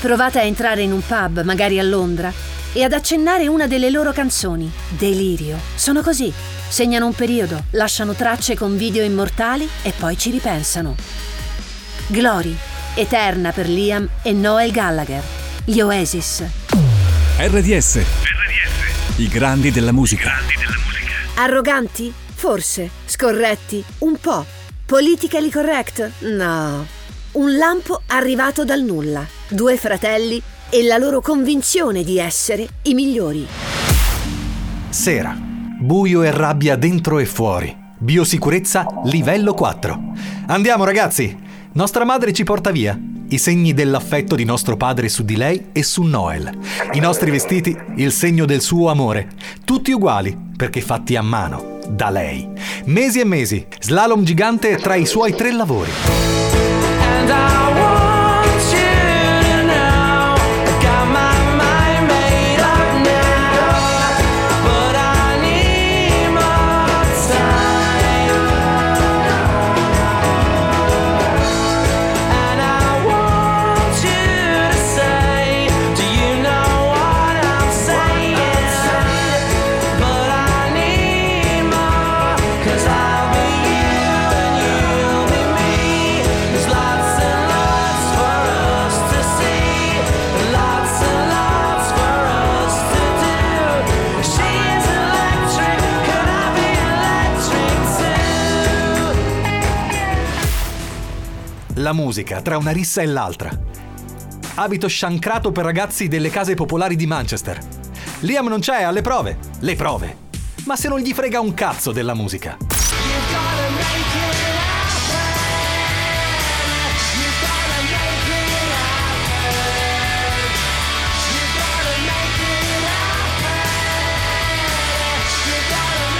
Provate a entrare in un pub, magari a Londra, e ad accennare una delle loro canzoni. Delirio. Sono così. Segnano un periodo, lasciano tracce con video immortali e poi ci ripensano. Glory, eterna per Liam e Noel Gallagher. Gli Oasis. RDS. I grandi della musica. Arroganti? Forse. Scorretti? Un po'. Politically correct? No. Un lampo arrivato dal nulla. 2 fratelli e la loro convinzione di essere i migliori. Sera. Buio e rabbia dentro e fuori. Biosicurezza livello 4. Andiamo ragazzi! Nostra madre ci porta via. I segni dell'affetto di nostro padre su di lei e su Noel. I nostri vestiti, il segno del suo amore. Tutti uguali, perché fatti a mano, da lei. Mesi e mesi, slalom gigante tra i suoi 3 lavori. And I want you to know I got my mind made up now, but I need more time. And I want you to say, do you know what I'm saying? But I need more, 'cause I'll be you and you'll be me. There's lots and lots for us to see, lots and lots for us to do. She's electric, could I be electric too? La musica tra una rissa e l'altra. Abito sciancrato per ragazzi delle case popolari di Manchester. Liam non c'è alle prove. Le prove. Ma se non gli frega un cazzo della musica. You've gotta make it happen. You've gotta make it happen. You've gotta make it happen. You've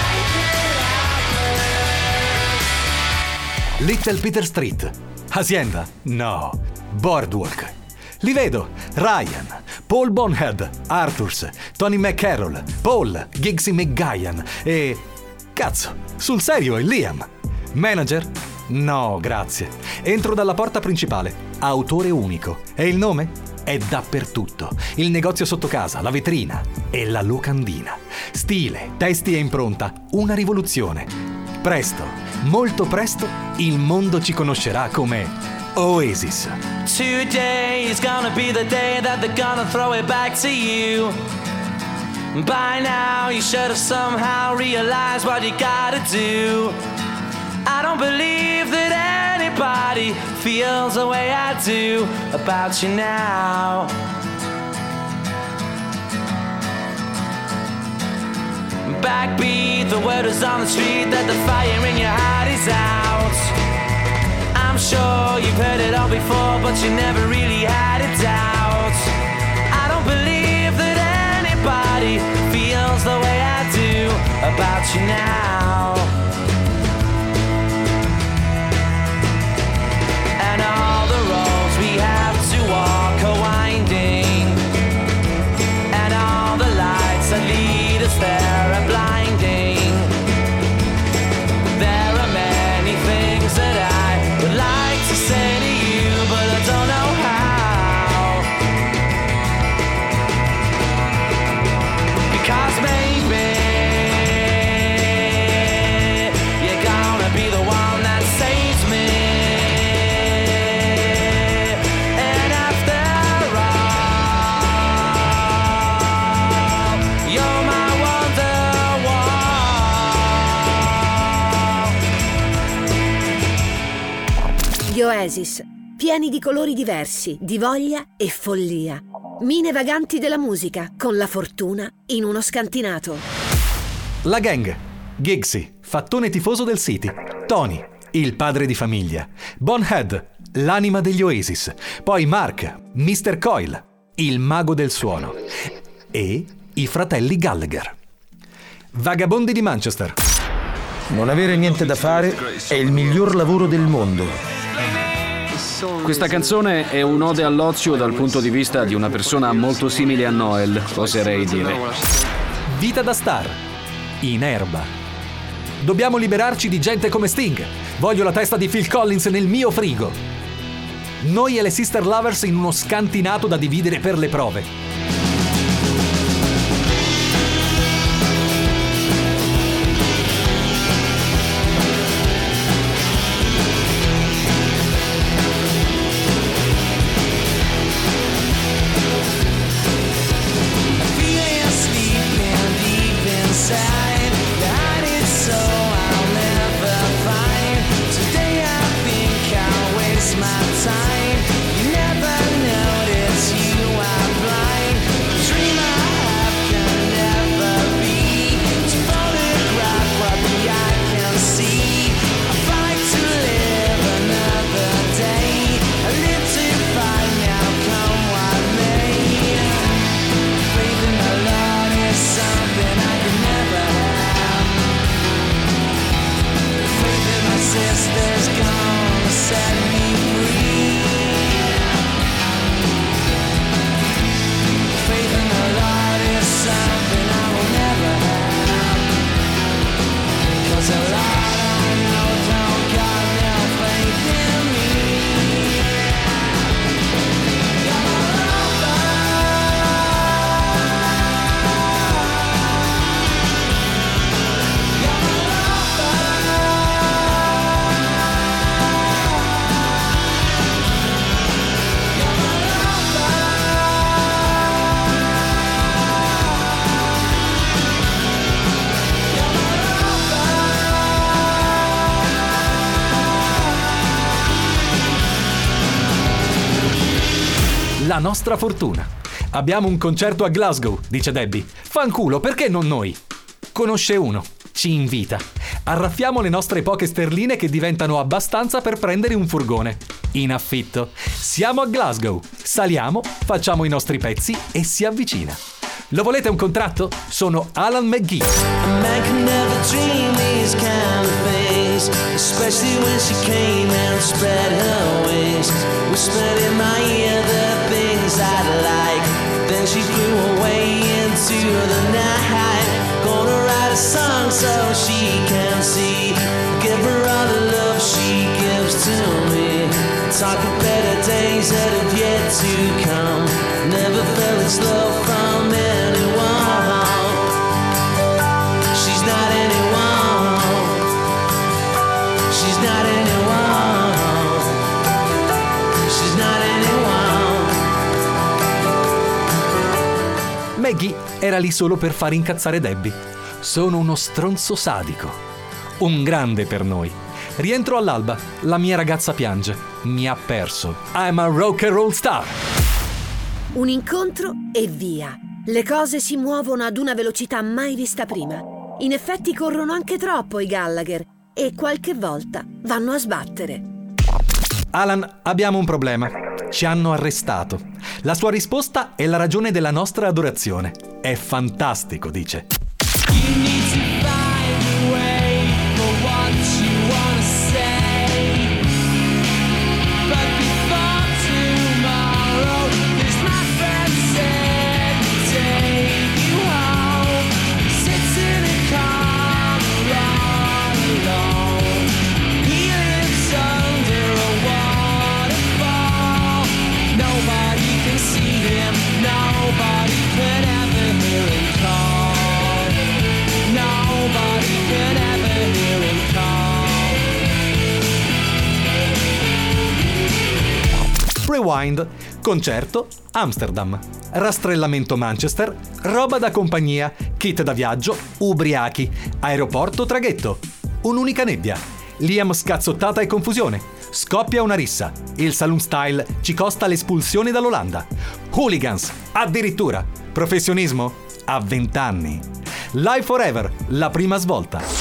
gotta make it happen. Little Peter Street. Hacienda? No. Boardwalk. Li vedo. Ryan, Paul Bonhead, Arthurs, Tony McCarroll, Paul, Giggsy McGuyan e... Cazzo, sul serio è Liam. Manager? No, grazie. Entro dalla porta principale. Autore unico. E il nome? È dappertutto. Il negozio sotto casa, la vetrina e la locandina. Stile, testi e impronta. Una rivoluzione. Presto, molto presto, il mondo ci conoscerà come Oasis. Today is gonna be the day that they're gonna throw it back to you. By now you should have somehow realized what you gotta do. I don't believe that anybody feels the way I do about you now. Backbeat, the word is on the street that the fire in your heart is out. I'm sure you've heard it all before, but you never really had a doubt. I don't believe that anybody feels the way I do about you now. And all the roads we have to walk are winding, and all the lights that lead us there are blinding. There are many things that I would like to say to you, but I don't know how. Because maybe you're gonna be the one that saves me. And after all, you're my wonderwall. Gli Oasis, pieni di colori diversi, di voglia e follia. Mine vaganti della musica, con la fortuna in uno scantinato. La gang. Giggsy, fattone tifoso del City. Tony, il padre di famiglia. Bonhead, l'anima degli Oasis. Poi Mark, Mr. Coyle, il mago del suono. E i fratelli Gallagher. Vagabondi di Manchester. Non avere niente da fare è il miglior lavoro del mondo. Questa canzone è un'ode all'ozio dal punto di vista di una persona molto simile a Noel, oserei dire. Vita da star. In erba. Dobbiamo liberarci di gente come Sting. Voglio la testa di Phil Collins nel mio frigo. Noi e le Sister Lovers in uno scantinato da dividere per le prove. La nostra fortuna. Abbiamo un concerto a Glasgow, dice Debbie. Fanculo, perché non noi? Conosce uno, ci invita. Arraffiamo le nostre poche sterline che diventano abbastanza per prendere un furgone. In affitto. Siamo a Glasgow. Saliamo, facciamo i nostri pezzi e si avvicina. Lo volete un contratto? Sono Alan McGee. A man can never dream these kind of things, especially when she came and spread her wings. Whispered in my ear the things I'd like. Then she flew away into the night. Gonna write a song so she can see. Give her all the love she gives to me. Talk of better days that have yet to come. Never felt this love from anyone. She's not anyone. She's not anyone. She's not anyone. Maggie era lì solo per far incazzare Debbie. Sono uno stronzo sadico. Un grande per noi. Rientro all'alba, la mia ragazza piange. Mi ha perso. I'm a rock and roll star. Un incontro e via. Le cose si muovono ad una velocità mai vista prima. In effetti corrono anche troppo i Gallagher e qualche volta vanno a sbattere. Alan, abbiamo un problema. Ci hanno arrestato. La sua risposta è la ragione della nostra adorazione. È fantastico, dice. You need to find a way for what you wanna say. But before tomorrow, this my friend said to take you home. He sits in a car all alone. He lives under a waterfall. Nobody can see him. Nobody could ever hear him call. Nobody could ever hear him call. Rewind. Concerto, Amsterdam. Rastrellamento, Manchester. Roba da compagnia. Kit da viaggio. Ubriachi. Aeroporto, traghetto. Un'unica nebbia. Liam scazzottata e confusione. Scoppia una rissa. Il saloon style ci costa l'espulsione dall'Olanda. Hooligans. Addirittura. Professionismo? A 20 anni. Live Forever, la prima svolta.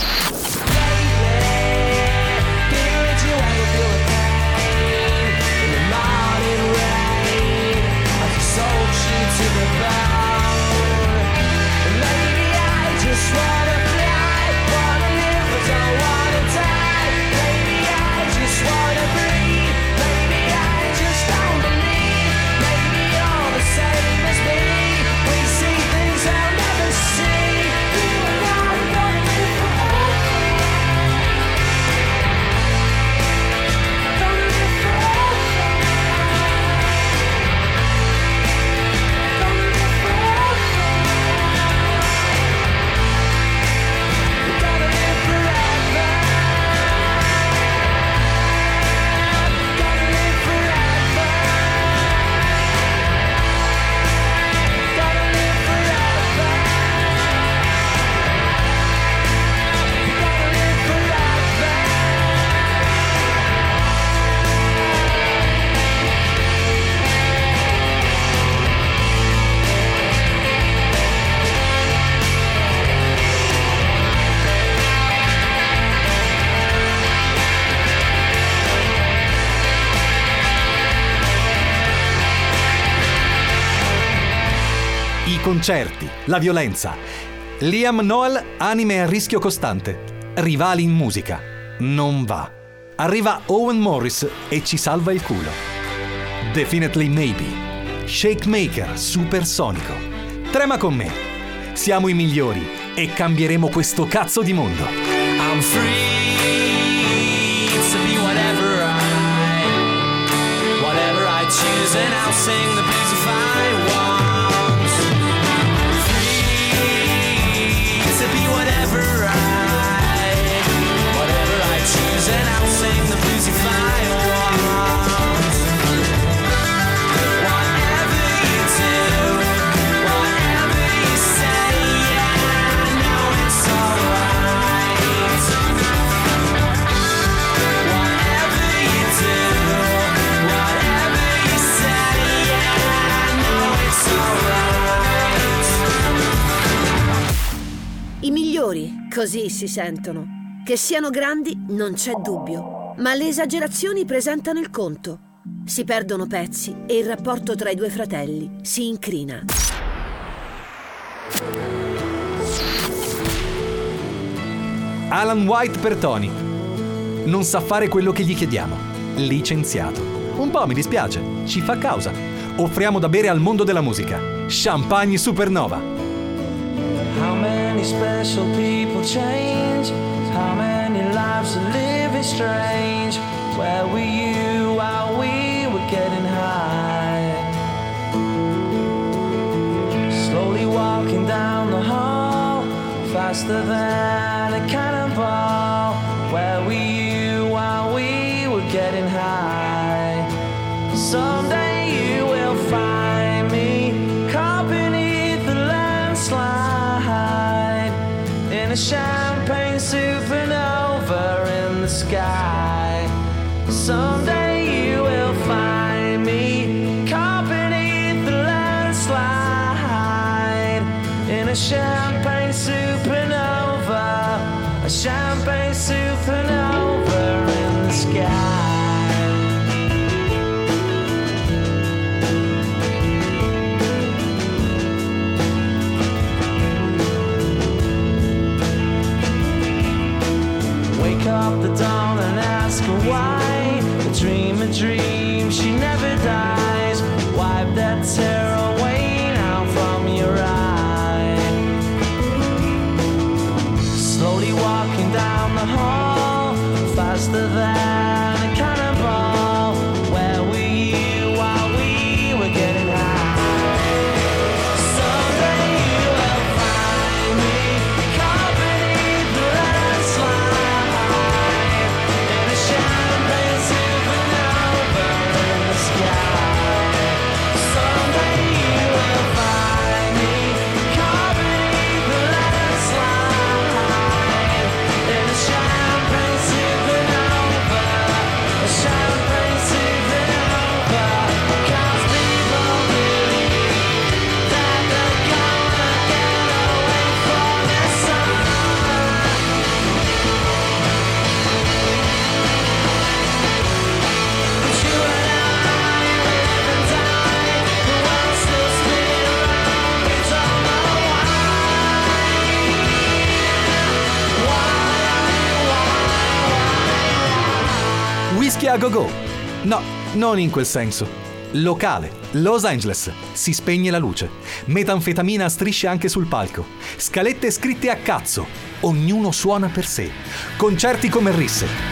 I concerti, la violenza. Liam Noel, anime a rischio costante. Rivali in musica. Non va. Arriva Owen Morris e ci salva il culo. Definitely Maybe. Shakemaker supersonico. Trema con me. Siamo i migliori e cambieremo questo cazzo di mondo. I'm free to be whatever I choose, and I'll sing the blues if I want. Free to be whatever I choose, and I'll sing the blues if I want. Whatever you do, whatever you say, yeah, I know it's alright. Whatever you do, whatever you say, yeah, I know it's alright. I migliori, così si sentono. Che siano grandi non c'è dubbio, ma le esagerazioni presentano il conto. Si perdono pezzi e il rapporto tra i due fratelli si incrina. Alan White per Tony. Non sa fare quello che gli chiediamo. Licenziato. Un po' mi dispiace, ci fa causa. Offriamo da bere al mondo della musica. Champagne Supernova. How many special people change? How many lives are living strange? Where were you while we were getting high? Slowly walking down the hall, faster than a cannonball. Where were you while we were getting high? Someday you will find me caught beneath the landslide in a champagne supernova in the sky. Someday you will find me caught beneath the landslide in a champagne supernova, a champagne supernova in the sky. Wake up the dawn and ask her why. A dream, she never dies. Wipe that tear away now from your eye. Slowly walking down the hall, faster than a cannonball. Where were you while we were getting high? Someday you will find me caught beneath the landslide in a champagne supernova in the sky. Someday you will find me caught beneath the landslide in a champagne supernova, a champagne supernova. 'Cause people believe that they're gonna get away from the sun. But you and I live and die, the world's still spinning around, we don't know why. Whisky a go-go. No, non in quel senso. Locale, Los Angeles. Si spegne la luce. Metanfetamina a strisce anche sul palco. Scalette scritte a cazzo. Ognuno suona per sé. Concerti come risse.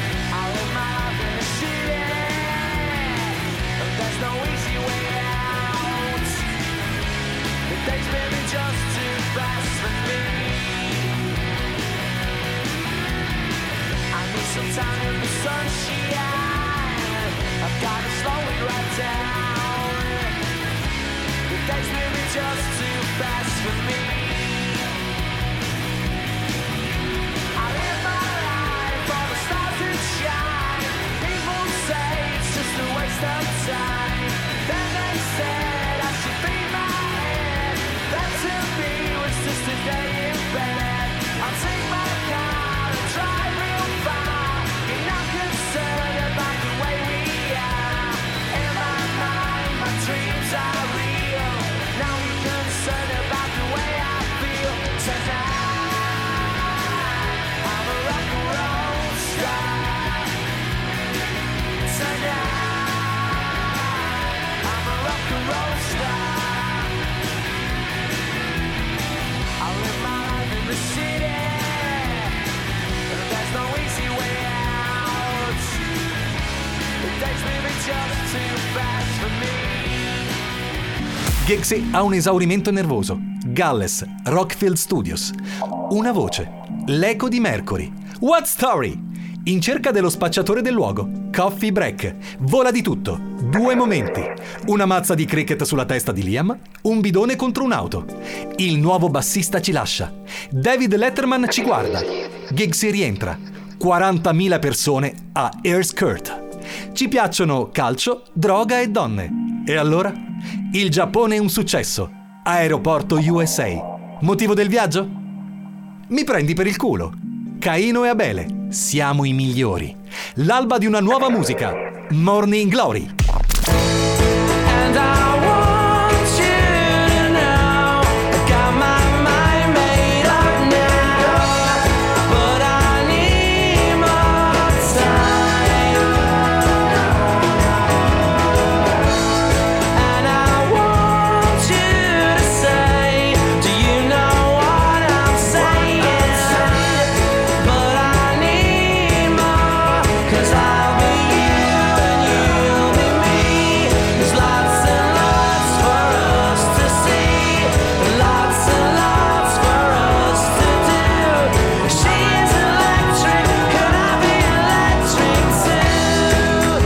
There's no easy way out. The days may be just too fast for me. I need some time in the sunshine. I've got to slow it right down. The days may be just too fast for me. I live my life for the stars that shine. People say it's just a waste of time. Then they said I should be my head. That to me was just a day in bed. I'll take my car and drive real far. You're not concerned about the way we are. In my mind, my dreams are real. Now you're concerned Giggsy ha un esaurimento nervoso. Galles, Rockfield Studios. Una voce. L'eco di Mercury. What Story? In cerca dello spacciatore del luogo. Coffee Break. Vola di tutto. 2 momenti. Una mazza di cricket sulla testa di Liam. Un bidone contro un'auto. Il nuovo bassista ci lascia. David Letterman ci guarda. Giggsy rientra. 40.000 persone a Earthskirt. Ci piacciono calcio, droga e donne. E allora? Il Giappone è un successo. Aeroporto USA. Motivo del viaggio? Mi prendi per il culo. Caino e Abele. Siamo i migliori. L'alba di una nuova musica. Morning Glory. And I want you to know I got my mind made up now, but I need more time. And I want you to say, do you know what I'm saying? But I need more, 'cause I'll be you and you'll be me. There's lots and lots for us to see, lots and lots for us to do. She's electric, could I be electric too?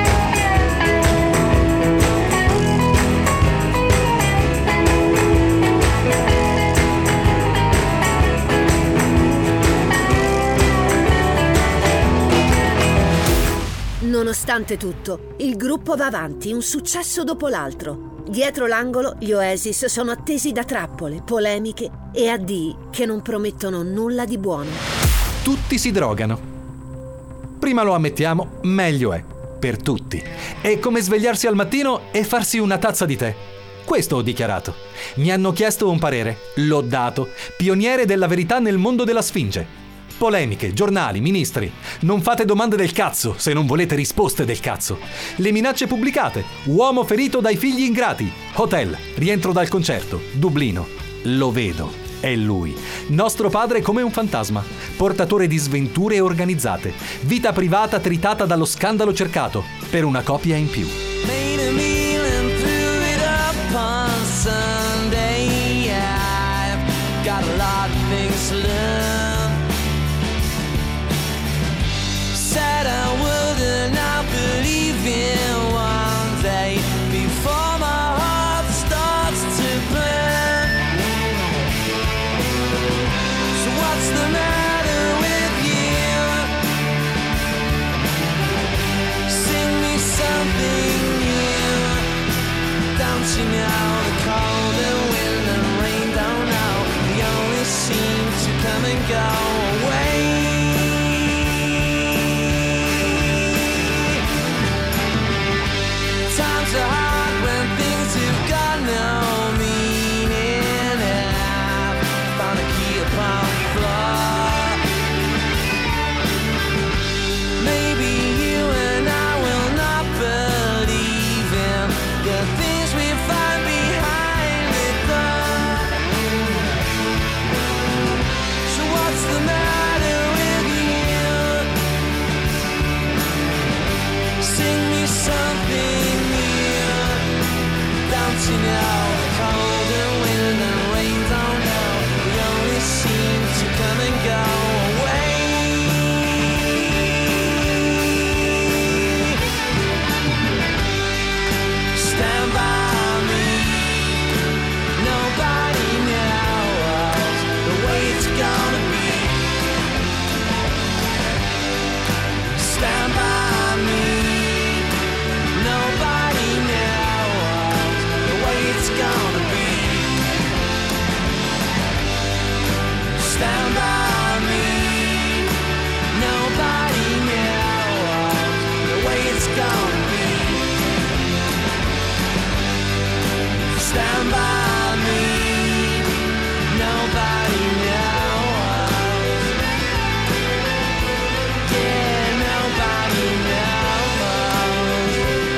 Nonostante tutto, il gruppo va avanti, un successo dopo l'altro. Dietro l'angolo, gli Oasis sono attesi da trappole, polemiche e addii che non promettono nulla di buono. Tutti si drogano. Prima lo ammettiamo, meglio è. Per tutti. È come svegliarsi al mattino e farsi una tazza di tè. Questo ho dichiarato. Mi hanno chiesto un parere. L'ho dato. Pioniere della verità nel mondo della Sfinge. Polemiche, giornali, ministri. Non fate domande del cazzo se non volete risposte del cazzo. Le minacce pubblicate. Uomo ferito dai figli ingrati. Hotel. Rientro dal concerto. Dublino. Lo vedo. È lui. Nostro padre come un fantasma. Portatore di sventure organizzate. Vita privata tritata dallo scandalo cercato. Per una copia in più. Made a meal and threw it up on Sunday. I've got a lot of things to learn. Said I would and I believe in one day before my heart starts to burn. So what's the matter with you? Sing me something new. Don't you know the cold and wind and rain don't know, they only seem to come and go away. Times are hard when things have got no meaning. I've found a key upon the floor. Maybe you and I will not believe in the things we find behind the door. So what's the matter with you? Sing me something new. Don't you know the cold and wind and rain don't know, they only seem to come and go away. Stand by me. Nobody knows the way it's gonna be. Stand by me. Nobody knows the way it's gonna be. Stand by me. Nobody knows the way it's gonna be. Stand by me. Nobody knows. Yeah, nobody knows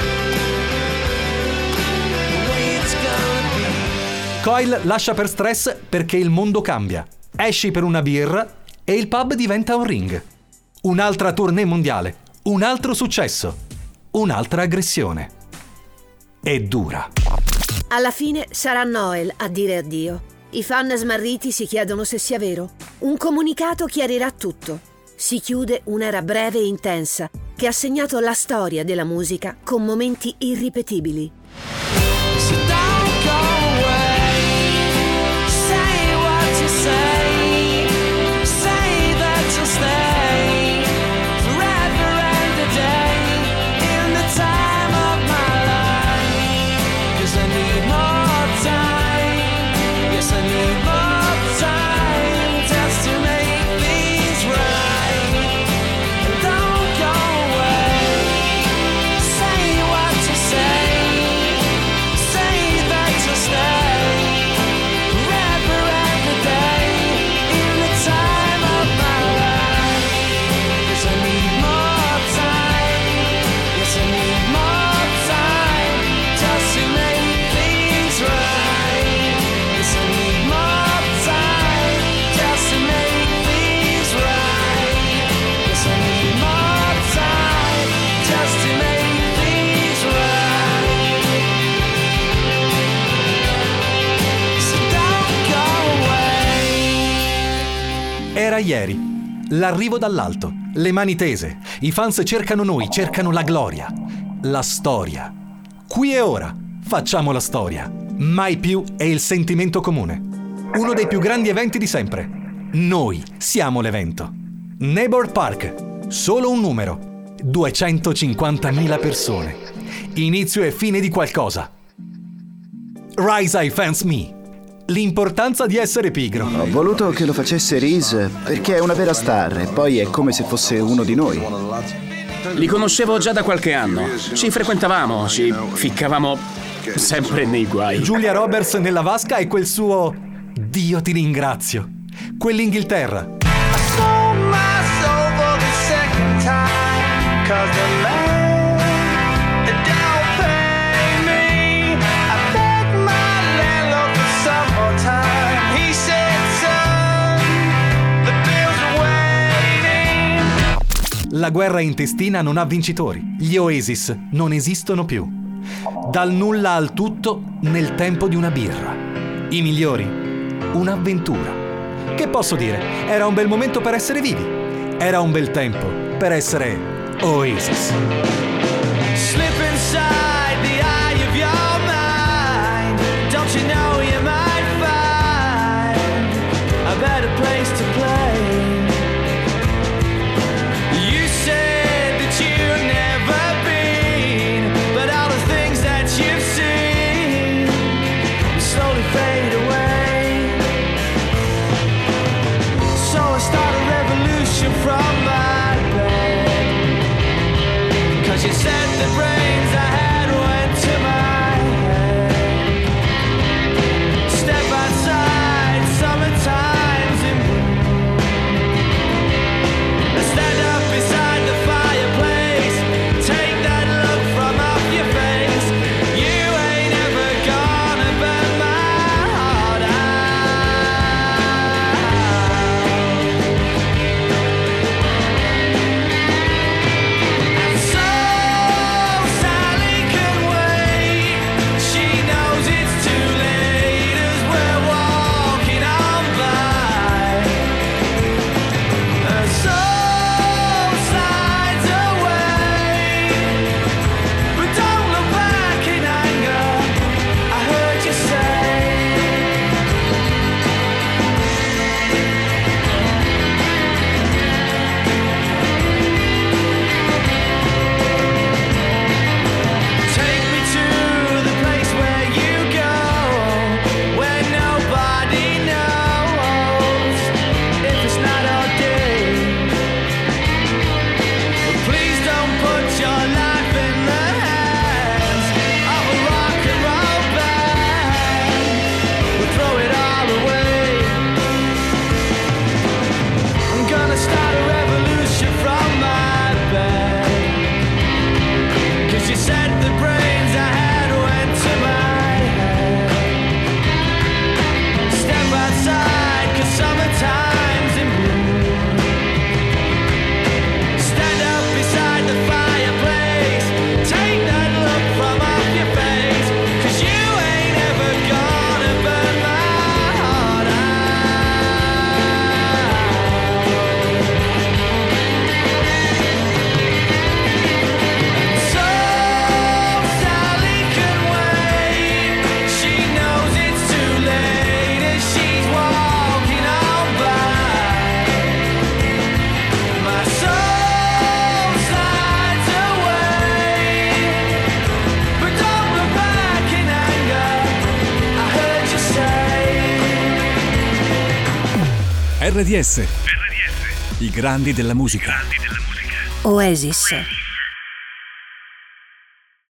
the way it's gonna be. Coil lascia per stress perché il mondo cambia. Esci per una birra e il pub diventa un ring. Un'altra tournée mondiale. Un altro successo. Un'altra aggressione. È dura. Alla fine sarà Noel a dire addio. I fan smarriti si chiedono se sia vero. Un comunicato chiarirà tutto. Si chiude un'era breve e intensa che ha segnato la storia della musica con momenti irripetibili. So don't go away. Say what you say. Say that you'll stay forever and a day in the time of my life. 'Cause I need more time. Yes, I need more time just to make things right. Don't go away. Say what you say. Say that you'll stay forever and a day in the time of my life. 'Cause I need more time. Yes, I need more time just to make things right. Yes, I need more time just to make things right. Yes, I need more time just to make things right. So don't go away. Era ieri. L'arrivo dall'alto. Le mani tese. I fans cercano noi, cercano la gloria. La storia. Qui e ora. Facciamo la storia. Mai più è il sentimento comune. Uno dei più grandi eventi di sempre. Noi siamo l'evento. Neighbor Park. Solo un numero. 250.000 persone. Inizio e fine di qualcosa. Rise I Fans Me. L'importanza di essere pigro. Ho voluto che lo facesse Reese perché è una vera star e poi è come se fosse uno di noi. Li conoscevo già da qualche anno. Ci frequentavamo, ci ficcavamo sempre nei guai. Julia Roberts nella vasca e quel suo Dio ti ringrazio. Quell'Inghilterra. Sold my soul for the second time. 'Cause the land, it don't pay me. I begged my landlord for some more time. He said, son, the bills are waiting. La guerra intestina non ha vincitori. Gli Oasis non esistono più. Dal nulla al tutto nel tempo di una birra. I migliori, un'avventura. Che posso dire? Era un bel momento per essere vivi. Era un bel tempo per essere Oasis. Slip inside the eye of your mind. Don't you know you might find a better place to play? You said that you've never been, but all the things that you've seen slowly fade away. So I start a revolution from my bed. 'Cause you said the brains I had went to my head. RDS. I grandi della musica. Oasis.